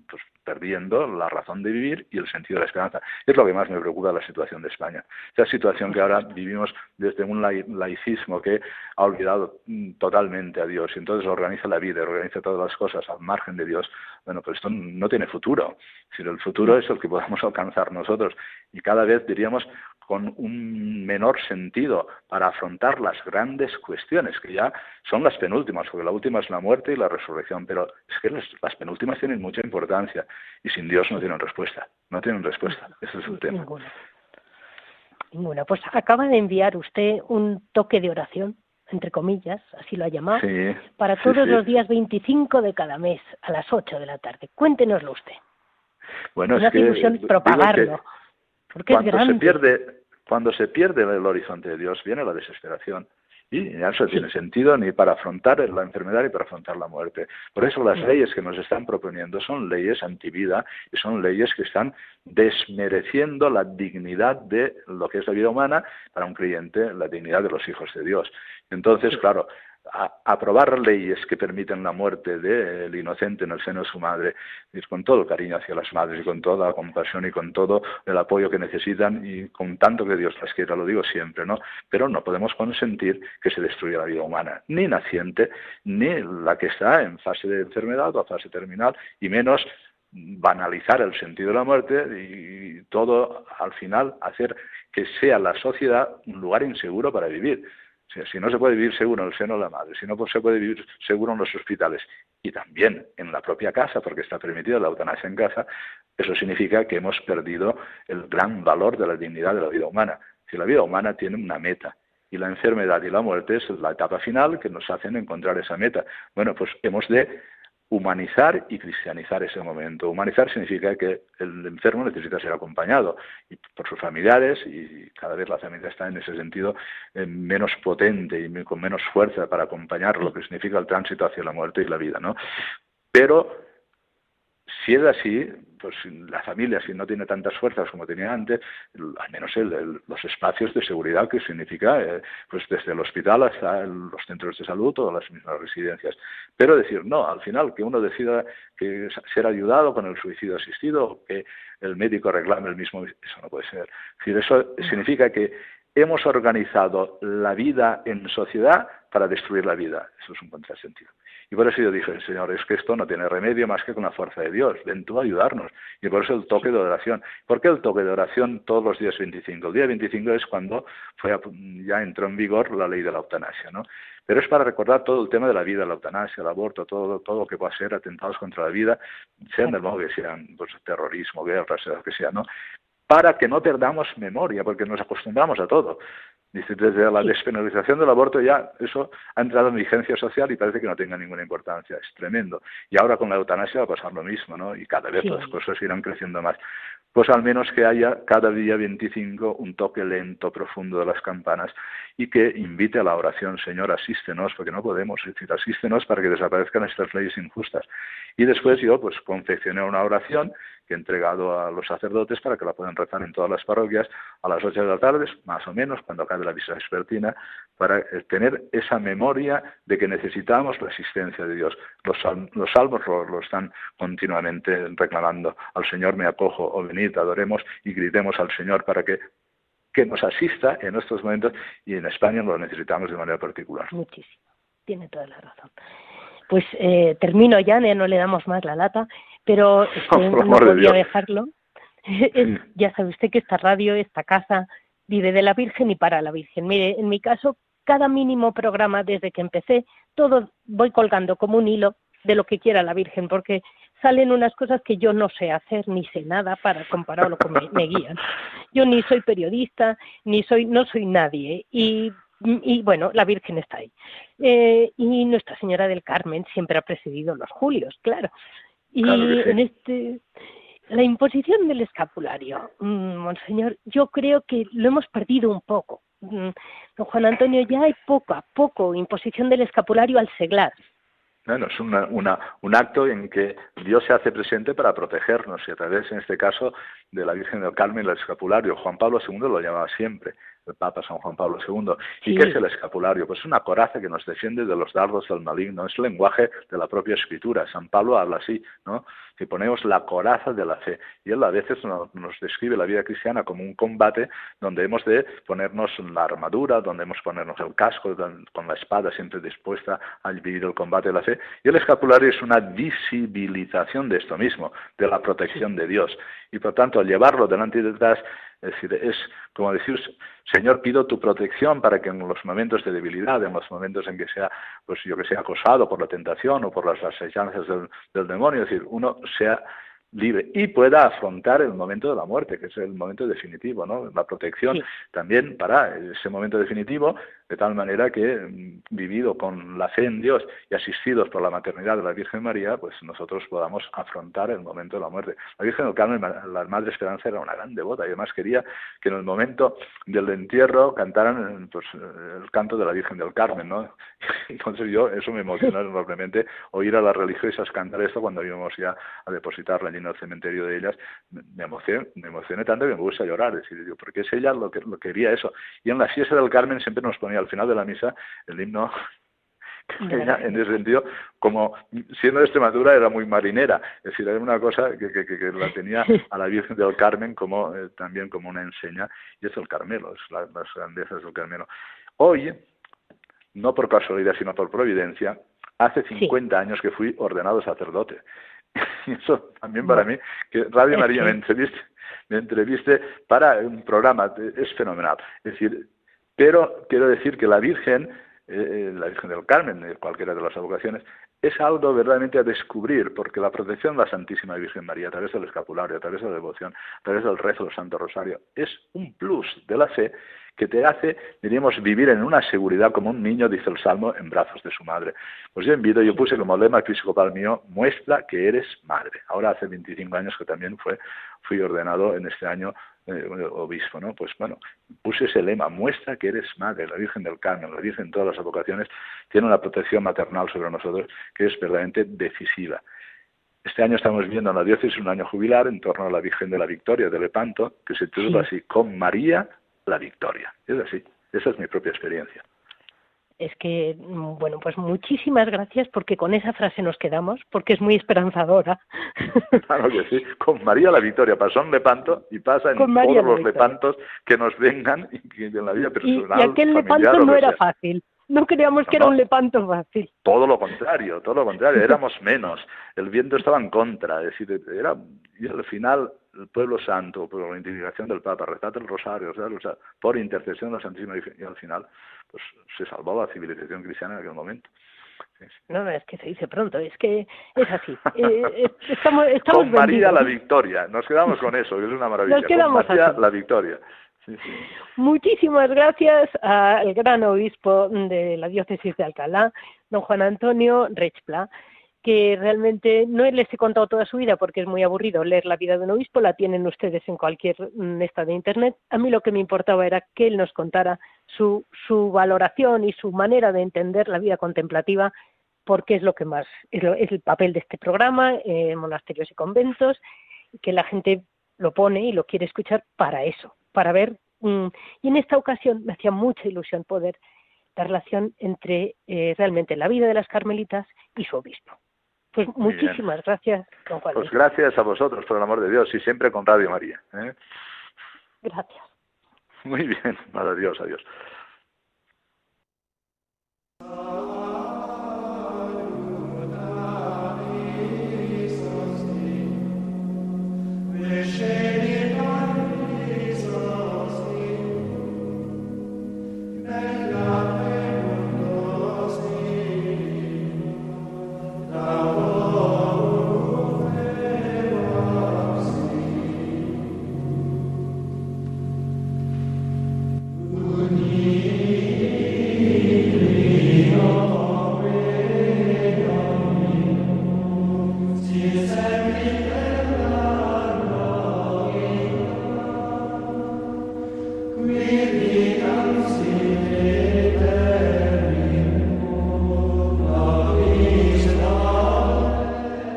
perdiendo la razón de vivir y el sentido de la esperanza. Es lo que más me preocupa de la situación de España. Esa situación que ahora vivimos desde un laicismo que ha olvidado totalmente a Dios y entonces organiza la vida, organiza todas las cosas al margen de Dios. Bueno, pues esto no tiene futuro. Si el futuro es el que podamos alcanzar nosotros y cada vez diríamos con un menor sentido para afrontar las grandes cuestiones, que ya son las penúltimas, porque la última es la muerte y la resurrección, pero es que las, las penúltimas tienen mucha importancia y sin Dios no tienen respuesta, no tienen respuesta, ese es el tema. Ninguna. Ninguna. Pues acaba de enviar usted un toque de oración, entre comillas, así lo ha llamado, sí, para sí, todos sí. los días veinticinco de cada mes, a las ocho de la tarde. Cuéntenoslo usted. Bueno, Me es hace que, ilusión propagarlo, porque es cuando grande. se pierde, cuando se pierde el horizonte de Dios, viene la desesperación. Y ya no tiene sentido ni para afrontar la enfermedad ni para afrontar la muerte. Por eso las leyes que nos están proponiendo son leyes antivida y son leyes que están desmereciendo la dignidad de lo que es la vida humana para un creyente, la dignidad de los hijos de Dios. Entonces, claro, a aprobar leyes que permiten la muerte del inocente en el seno de su madre, y con todo el cariño hacia las madres y con toda la compasión y con todo el apoyo que necesitan y con tanto que Dios las quiera, lo digo siempre, ¿no? Pero no podemos consentir que se destruya la vida humana, ni naciente, ni la que está en fase de enfermedad o fase terminal, y menos banalizar el sentido de la muerte y todo al final hacer que sea la sociedad un lugar inseguro para vivir. O sea, si no se puede vivir seguro en el seno de la madre, si no se puede vivir seguro en los hospitales y también en la propia casa, porque está permitida la eutanasia en casa, eso significa que hemos perdido el gran valor de la dignidad de la vida humana. Si la vida humana tiene una meta y la enfermedad y la muerte es la etapa final que nos hacen encontrar esa meta. Bueno, pues hemos de humanizar y cristianizar ese momento. Humanizar significa que el enfermo necesita ser acompañado y por sus familiares, y cada vez la familia está en ese sentido eh, menos potente y con menos fuerza para acompañar lo que significa el tránsito hacia la muerte y la vida, ¿no? Pero si es así, pues la familia, si no tiene tantas fuerzas como tenía antes, al menos el, el, los espacios de seguridad que significa, eh, pues desde el hospital hasta el, los centros de salud o las mismas residencias. Pero decir, no, al final que uno decida que ser ayudado con el suicidio asistido o que el médico reclame el mismo, eso no puede ser. Es decir, eso significa que hemos organizado la vida en sociedad para destruir la vida. Eso es un contrasentido. Y por eso yo dije, Señor, es que esto no tiene remedio más que con la fuerza de Dios. Ven tú a ayudarnos. Y por eso el toque de oración. ¿Por qué el toque de oración todos los días veinticinco? El día veinticinco es cuando fue a, ya entró en vigor la ley de la eutanasia, ¿no? Pero es para recordar todo el tema de la vida, la eutanasia, el aborto, todo, todo lo que pueda ser atentados contra la vida, sean del modo que sean, pues terrorismo, guerras, lo que sea, ¿no? Para que no perdamos memoria, porque nos acostumbramos a todo. Dice, desde la despenalización del aborto ya eso ha entrado en vigencia social y parece que no tenga ninguna importancia. Es tremendo. Y ahora con la eutanasia va a pasar lo mismo, ¿no? Y cada vez sí. Las cosas irán creciendo más. Pues al menos que haya cada día veinticinco un toque lento, profundo de las campanas y que invite a la oración. Señor, asístenos, porque no podemos. Es decir, asístenos para que desaparezcan estas leyes injustas. Y después yo pues confeccioné una oración que he entregado a los sacerdotes para que la puedan rezar en todas las parroquias a las ocho de la tarde, más o menos, cuando acabe la misa vespertina, para tener esa memoria de que necesitamos la asistencia de Dios. Los, sal los salmos lo, lo están continuamente reclamando. Al Señor me acojo, o venid, adoremos y gritemos al Señor para que, que nos asista en estos momentos, y en España lo necesitamos de manera particular. Muchísimo, tiene toda la razón. Pues eh, termino ya, no le damos más la lata, pero este, no, no podía dejarlo. Ya sabe usted que esta radio, esta casa, vive de la Virgen y para la Virgen. Mire, en mi caso, cada mínimo programa desde que empecé, todo voy colgando como un hilo de lo que quiera la Virgen, porque salen unas cosas que yo no sé hacer, ni sé nada para compararlo con me, me guían. Yo ni soy periodista, ni soy, no soy nadie, y Y bueno, la Virgen está ahí. Eh, y Nuestra Señora del Carmen siempre ha presidido los julios, claro. Y claro que sí. En este, la imposición del escapulario, mmm, Monseñor, yo creo que lo hemos perdido un poco. Mm, don Juan Antonio, ya hay poco a poco imposición del escapulario al seglar. Bueno, es una, una, un acto en que Dios se hace presente para protegernos y a través, en este caso, de la Virgen del Carmen, el escapulario. Juan Pablo segundo lo llamaba siempre. el Papa San Juan Pablo segundo. ¿Y Sí. qué es el escapulario? Pues una coraza que nos defiende de los dardos del maligno, es el lenguaje de la propia Escritura. San Pablo habla así, ¿no? Que ponemos la coraza de la fe. Y él a veces nos, nos describe la vida cristiana como un combate donde hemos de ponernos la armadura, donde hemos de ponernos el casco, don, con la espada siempre dispuesta a vivir el combate de la fe. Y el escapulario es una visibilización de esto mismo, de la protección de Dios. Y por tanto, al llevarlo delante y detrás, es decir, es como decir, Señor, pido tu protección para que en los momentos de debilidad, en los momentos en que sea, pues yo que sea acosado por la tentación o por las asechanzas del, del demonio, es decir, uno sea libre y pueda afrontar el momento de la muerte, que es el momento definitivo, ¿no? La protección sí. También para ese momento definitivo, de tal manera que, vivido con la fe en Dios y asistidos por la maternidad de la Virgen María, pues nosotros podamos afrontar el momento de la muerte. La Virgen del Carmen, la Madre Esperanza, era una gran devota y además quería que en el momento del entierro cantaran pues, el canto de la Virgen del Carmen, ¿no? Entonces yo, eso me emocionó enormemente, oír a las religiosas cantar esto cuando íbamos ya a depositarla allí en el cementerio de ellas. Me emocioné, me emocioné tanto que me puse a llorar, es decir, digo, porque es ella lo que lo quería eso. Y en la fiesta del Carmen siempre nos ponía al final de la misa el himno, que ella en ese sentido, como siendo de Extremadura, era muy marinera, es decir, era una cosa que, que, que la tenía a la Virgen del Carmen como eh, también como una enseña, y es el Carmelo, es la, las grandezas del Carmelo. Hoy, no por casualidad, sino por providencia, hace cincuenta sí. años que fui ordenado sacerdote. Y eso también para mí, que Radio María me entreviste, me entreviste para un programa, es fenomenal. Es decir, pero quiero decir que la Virgen, eh, la Virgen del Carmen, de cualquiera de las advocaciones, es algo verdaderamente a descubrir, porque la protección de la Santísima Virgen María, a través del escapulario, a través de la devoción, a través del rezo del Santo Rosario, es un plus de la fe que te hace, diríamos, vivir en una seguridad como un niño, dice el Salmo, en brazos de su madre. Pues yo invito, yo puse como lema episcopal mío, muestra que eres madre. Ahora hace veinticinco años que también fue, fui ordenado en este año eh, obispo, ¿no? Pues bueno, puse ese lema, muestra que eres madre. La Virgen del Carmen, la Virgen en todas las advocaciones, tiene una protección maternal sobre nosotros que es verdaderamente decisiva. Este año estamos viendo en la diócesis un año jubilar en torno a la Virgen de la Victoria de Lepanto, que se titula sí. así, con María la Victoria. Es así, esa es mi propia experiencia. Es que, bueno, pues muchísimas gracias, porque con esa frase nos quedamos, porque es muy esperanzadora. Claro que sí, con María la Victoria, pasó en Lepanto y pasa en con todos María los Lepantos que nos vengan y que en la vida personal, y, y aquel Lepanto no era fácil. No creíamos que no, era un Lepanto fácil. Todo lo contrario, todo lo contrario, éramos menos. El viento estaba en contra, es decir, era, y al final el pueblo santo, por la indicación del Papa, rezate el rosario, o sea, o sea, por intercesión de la Santísima Virgen, y al final pues se salvó la civilización cristiana en aquel momento. Sí, sí. No, no, es que se dice pronto, es que es así. Eh, estamos, estamos con María vendidos. la Victoria, nos quedamos con eso, que es una maravilla. Nos quedamos con María así. la Victoria. Sí, sí. Muchísimas gracias al gran obispo de la diócesis de Alcalá, don Juan Antonio Rechpla, que realmente no les he contado toda su vida porque es muy aburrido leer la vida de un obispo, la tienen ustedes en cualquier esta de internet. A mí lo que me importaba era que él nos contara su, su valoración y su manera de entender la vida contemplativa, porque es lo que más es, lo, es el papel de este programa, eh, monasterios y conventos, que la gente lo pone y lo quiere escuchar para eso, para ver, mmm, y en esta ocasión me hacía mucha ilusión poder la relación entre eh, realmente la vida de las carmelitas y su obispo. Pues muy muchísimas bien. Gracias, don Juan. Pues gracias a vosotros, por el amor de Dios, y siempre con Radio María. ¿eh? Gracias. Muy bien, adiós, adiós.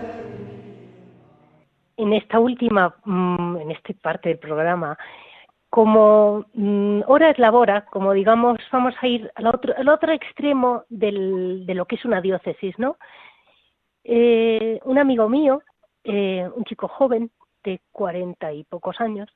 En esta última, en esta parte del programa, como mm, hora es labora, como digamos, vamos a ir al otro, al otro extremo del, de lo que es una diócesis, ¿no? Eh, un amigo mío, eh, un chico joven de cuarenta y pocos años,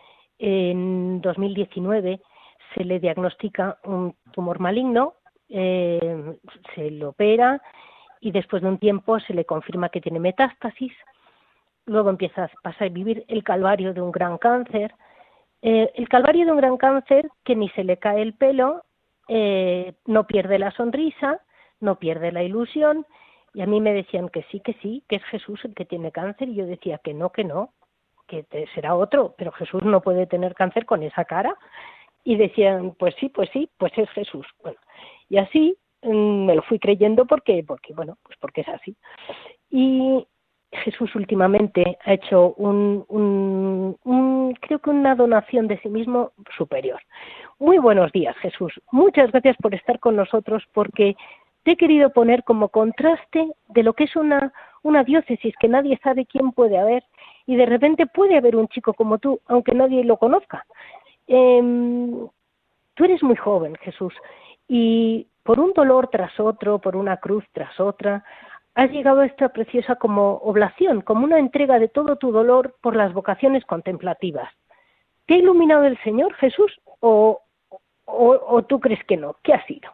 en dos mil diecinueve se le diagnostica un tumor maligno, eh, se le opera y después de un tiempo se le confirma que tiene metástasis. Luego empieza a pasar a vivir el calvario de un gran cáncer, eh, el calvario de un gran cáncer que ni se le cae el pelo, eh, no pierde la sonrisa, no pierde la ilusión, y a mí me decían que sí, que sí, que es Jesús el que tiene cáncer, y yo decía que no, que no, que te, será otro, pero Jesús no puede tener cáncer con esa cara, y decían, pues sí, pues sí, pues es Jesús. Bueno, y así mmm, me lo fui creyendo porque, porque, bueno, pues porque es así. Y Jesús últimamente ha hecho un, un, un, creo que una donación de sí mismo superior. Muy buenos días, Jesús. Muchas gracias por estar con nosotros, porque te he querido poner como contraste de lo que es una, una diócesis que nadie sabe quién puede haber, y de repente puede haber un chico como tú, aunque nadie lo conozca. Eh, tú eres muy joven, Jesús, y por un dolor tras otro, por una cruz tras otra, has llegado a esta preciosa como oblación, como una entrega de todo tu dolor por las vocaciones contemplativas. ¿Te ha iluminado el Señor, Jesús, o, o, o tú crees que no? ¿Qué ha sido?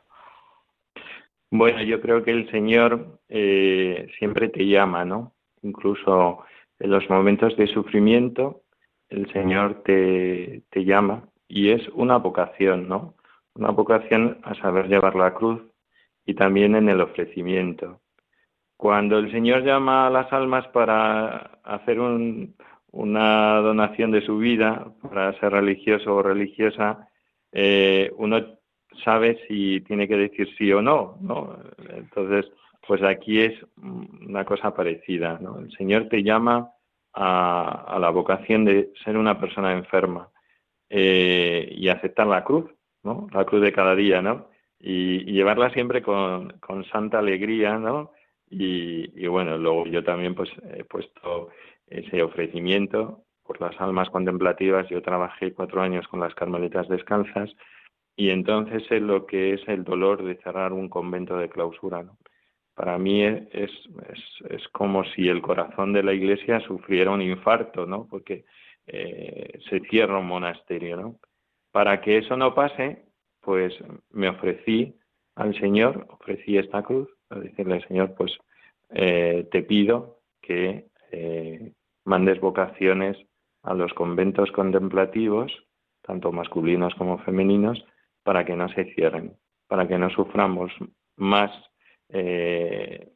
Bueno, yo creo que el Señor eh, siempre te llama, ¿no? Incluso en los momentos de sufrimiento, el Señor te, te llama, y es una vocación, ¿no? Una vocación a saber llevar la cruz, y también en el ofrecimiento. Cuando el Señor llama a las almas para hacer un, una donación de su vida, para ser religioso o religiosa, eh, uno sabe si tiene que decir sí o no, ¿no? Entonces, pues aquí es una cosa parecida, ¿no? El Señor te llama a, a la vocación de ser una persona enferma, eh, y aceptar la cruz, ¿no? La cruz de cada día, ¿no? Y, y llevarla siempre con, con santa alegría, ¿no? Y, y bueno, luego yo también pues he puesto ese ofrecimiento por las almas contemplativas. Yo trabajé cuatro años con las Carmelitas Descalzas, y entonces sé lo que es el dolor de cerrar un convento de clausura, ¿no? Para mí es, es, es como si el corazón de la Iglesia sufriera un infarto, ¿no? Porque eh, se cierra un monasterio, ¿no? Para que eso no pase, pues me ofrecí al Señor, ofrecí esta cruz, a decirle, Señor, pues eh, te pido que eh, mandes vocaciones a los conventos contemplativos, tanto masculinos como femeninos, para que no se cierren, para que no suframos más eh,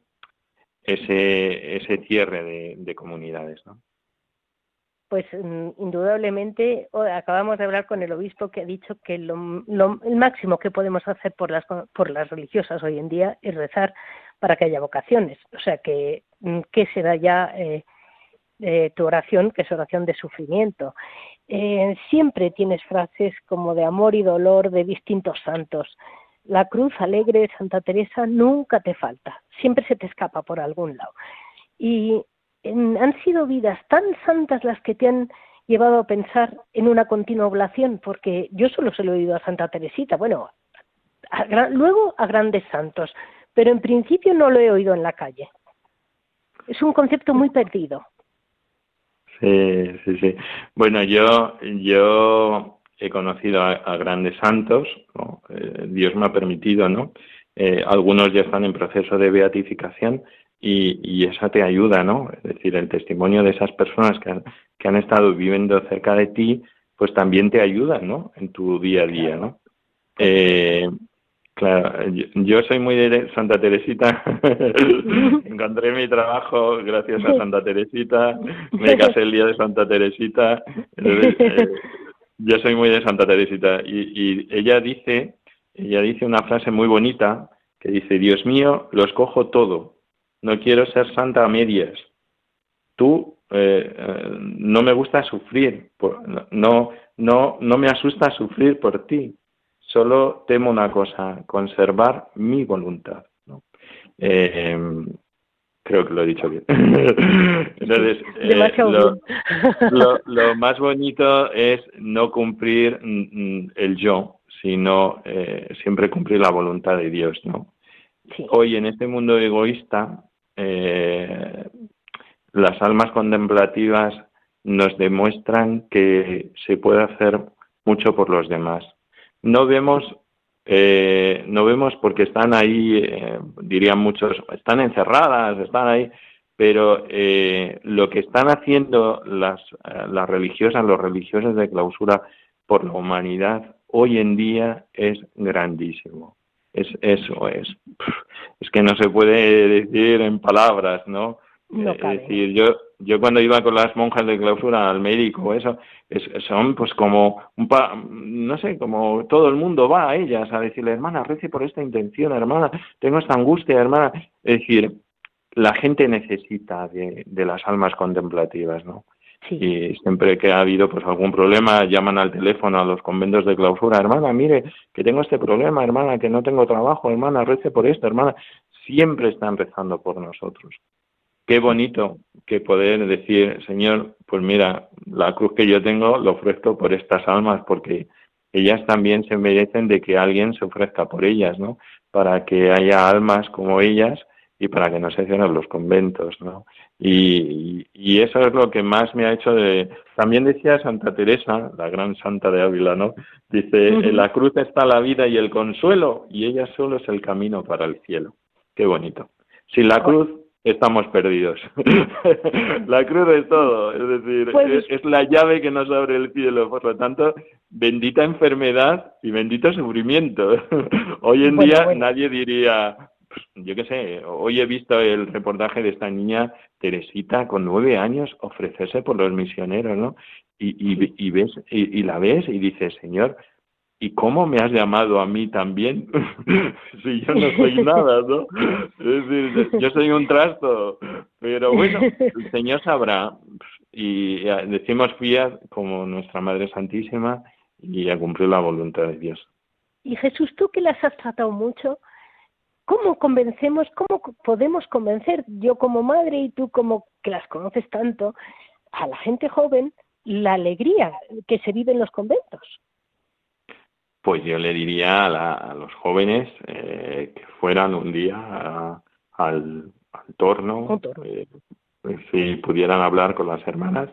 ese, ese cierre de, de comunidades, ¿no? Pues indudablemente acabamos de hablar con el obispo, que ha dicho que lo, lo, el máximo que podemos hacer por las, por las religiosas hoy en día es rezar para que haya vocaciones. O sea, que, que será ya eh, eh, tu oración, que es oración de sufrimiento. Eh, siempre tienes frases como de amor y dolor de distintos santos. La cruz alegre de Santa Teresa nunca te falta, siempre se te escapa por algún lado. Y en, han sido vidas tan santas las que te han llevado a pensar en una continua oblación, porque yo solo se lo he oído a Santa Teresita, bueno, a, luego a grandes santos, pero en principio no lo he oído en la calle. Es un concepto muy perdido. Sí, sí, sí. Bueno, yo, yo he conocido a, a grandes santos, ¿no? Eh, Dios me ha permitido, ¿no? Eh, algunos ya están en proceso de beatificación, y, y eso te ayuda, ¿no? Es decir, el testimonio de esas personas que han, que han estado viviendo cerca de ti, pues también te ayuda, ¿no? En tu día a día, ¿no? Eh, Claro, yo, yo soy muy de Santa Teresita. Encontré mi trabajo gracias a Santa Teresita. Me casé el día de Santa Teresita. Entonces, eh, yo soy muy de Santa Teresita. Y, y ella dice, ella dice una frase muy bonita que dice: Dios mío, lo escojo todo. No quiero ser santa a medias. Tú eh, eh, no me gusta sufrir. Por, no, no, no me asusta sufrir por ti. Solo temo una cosa, conservar mi voluntad, ¿no? Eh, Creo que lo he dicho bien. Entonces, eh, lo, lo, lo más bonito es no cumplir mm, el yo, sino eh, siempre cumplir la voluntad de Dios, ¿no? Sí. Hoy en este mundo egoísta, eh, las almas contemplativas nos demuestran que se puede hacer mucho por los demás. No vemos, eh, no vemos porque están ahí, eh, dirían muchos, están encerradas, están ahí, pero eh, lo que están haciendo las, las religiosas, los religiosos de clausura por la humanidad hoy en día es grandísimo. Es eso es, es que no se puede decir en palabras, ¿no? No es decir, yo yo cuando iba con las monjas de clausura al médico, eso es, son pues como un pa, no sé, como todo el mundo va a ellas a decirle, hermana, rece por esta intención, hermana, tengo esta angustia, hermana. Es decir, la gente necesita de, de las almas contemplativas, ¿no? Sí. Y siempre que ha habido pues algún problema, llaman al teléfono a los conventos de clausura, hermana, mire, que tengo este problema, hermana, que no tengo trabajo, hermana, rece por esto, hermana. Siempre están rezando por nosotros. Qué bonito que poder decir, Señor, pues mira, la cruz que yo tengo lo ofrezco por estas almas, porque ellas también se merecen de que alguien se ofrezca por ellas, ¿no? Para que haya almas como ellas y para que no se cierren los conventos, ¿no? Y, y eso es lo que más me ha hecho de... También decía Santa Teresa, la gran santa de Ávila, ¿no? Dice, uh-huh. En la cruz está la vida y el consuelo, y ella solo es el camino para el cielo. Qué bonito. Sin la cruz estamos perdidos. La cruz es todo, es decir, pues... es, es la llave que nos abre el cielo. Por lo tanto, bendita enfermedad y bendito sufrimiento. Hoy en bueno, día bueno. nadie diría... Yo qué sé, hoy he visto el reportaje de esta niña Teresita con nueve años ofrecerse por los misioneros, ¿no? Y, y, y ves y, y la ves y dices, Señor, ¿y cómo me has llamado a mí también? Si yo no soy nada, ¿no? Es decir, yo soy un trasto, pero bueno, el Señor sabrá. Y decimos fiat como nuestra Madre Santísima y a cumplir la voluntad de Dios. Y Jesús, tú que las has tratado mucho, ¿cómo convencemos, cómo podemos convencer, yo como madre y tú como que las conoces tanto, a la gente joven la alegría que se vive en los conventos? Pues yo le diría a, la, a los jóvenes eh, que fueran un día a, al, al torno, eh, si pudieran hablar con las hermanas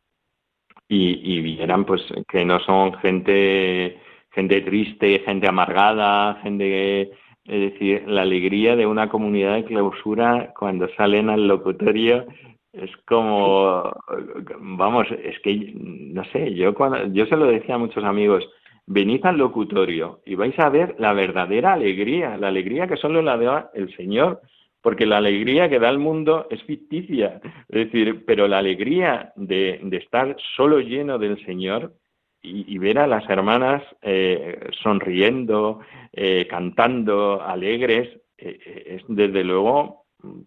y, y vieran pues que no son gente, gente triste, gente amargada, gente... Es decir, la alegría de una comunidad de clausura cuando salen al locutorio es como, vamos, es que, no sé, yo cuando yo se lo decía a muchos amigos, venid al locutorio y vais a ver la verdadera alegría, la alegría que solo la da el Señor, porque la alegría que da el mundo es ficticia, es decir, pero la alegría de, de estar solo lleno del Señor y, y ver a las hermanas eh, sonriendo, eh, cantando, alegres, eh, es desde luego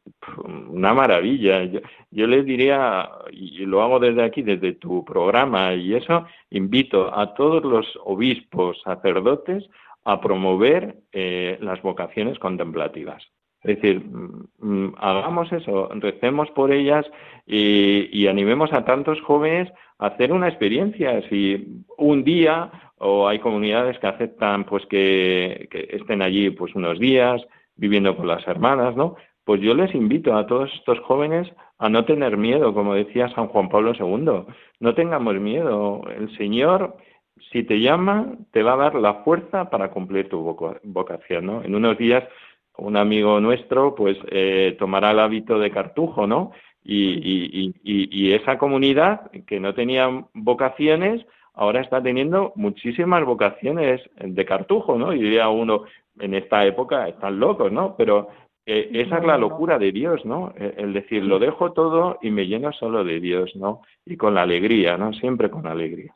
una maravilla. Yo, yo les diría, y lo hago desde aquí, desde tu programa, y eso, invito a todos los obispos, sacerdotes, a promover eh, las vocaciones contemplativas. Es decir, mm, hagamos eso, recemos por ellas y, y animemos a tantos jóvenes a hacer una experiencia. Si un día, o hay comunidades que aceptan pues que, que estén allí pues unos días viviendo con las hermanas, ¿no? Pues yo les invito a todos estos jóvenes a no tener miedo, como decía San Juan Pablo segundo. No tengamos miedo. El Señor, si te llama, te va a dar la fuerza para cumplir tu vocación, ¿no? En unos días un amigo nuestro pues eh, tomará el hábito de cartujo, ¿no? Y, y, y, y esa comunidad que no tenía vocaciones ahora está teniendo muchísimas vocaciones de cartujo, ¿no? Y diría uno, en esta época están locos, ¿no? Pero eh, esa es la locura de Dios, ¿no? El decir, lo dejo todo y me lleno solo de Dios, ¿no? Y con la alegría, ¿no? Siempre con alegría.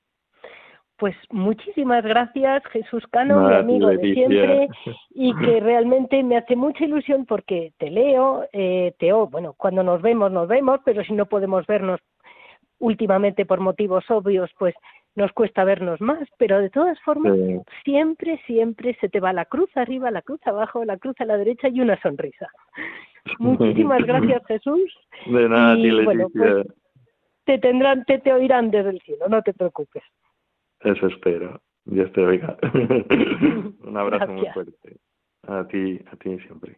Pues muchísimas gracias, Jesús Cano, mi amigo de siempre, y que realmente me hace mucha ilusión porque te leo, eh, te oh, bueno, cuando nos vemos, nos vemos, pero si no podemos vernos últimamente por motivos obvios, pues nos cuesta vernos más, pero de todas formas, sí. siempre, siempre se te va la cruz arriba, la cruz abajo, la cruz a la derecha y una sonrisa. Muchísimas gracias, Jesús. De nada, y, ti, Leticia. Bueno, pues, te tendrán, te, te oirán desde el cielo, no te preocupes. Eso espero. Dios te oiga. Un abrazo Gracias. Muy fuerte. A ti, a ti siempre.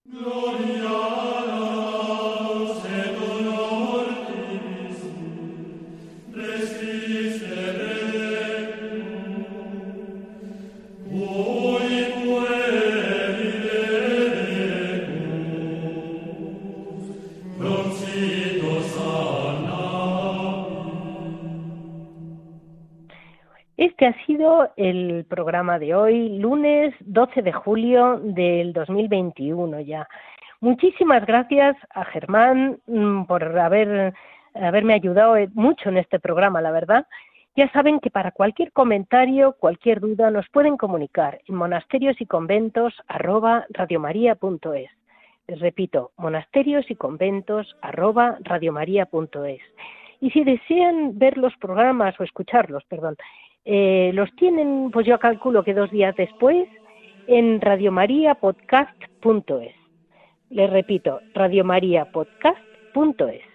Este ha sido el programa de hoy, lunes doce de julio del dos mil veintiuno ya. Muchísimas gracias a Germán por haber, haberme ayudado mucho en este programa, la verdad. Ya saben que para cualquier comentario, cualquier duda, nos pueden comunicar en monasterios y conventos arroba radiomaria punto es. Les repito, monasterios y conventos arroba radiomaria punto es. Y si desean ver los programas o escucharlos, perdón, Eh, los tienen, pues yo calculo que dos días después, en radiomaria podcast punto es. Les repito, radiomaria podcast punto es.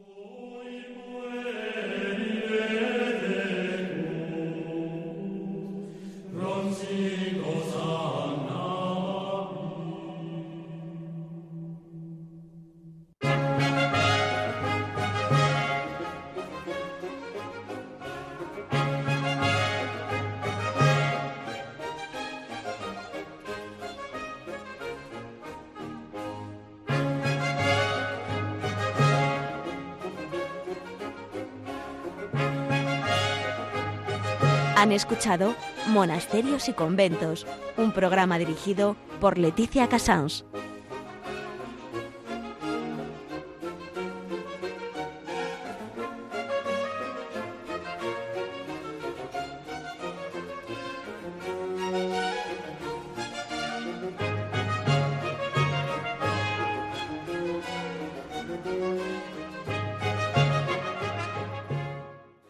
Han escuchado Monasterios y Conventos, un programa dirigido por Leticia Casans.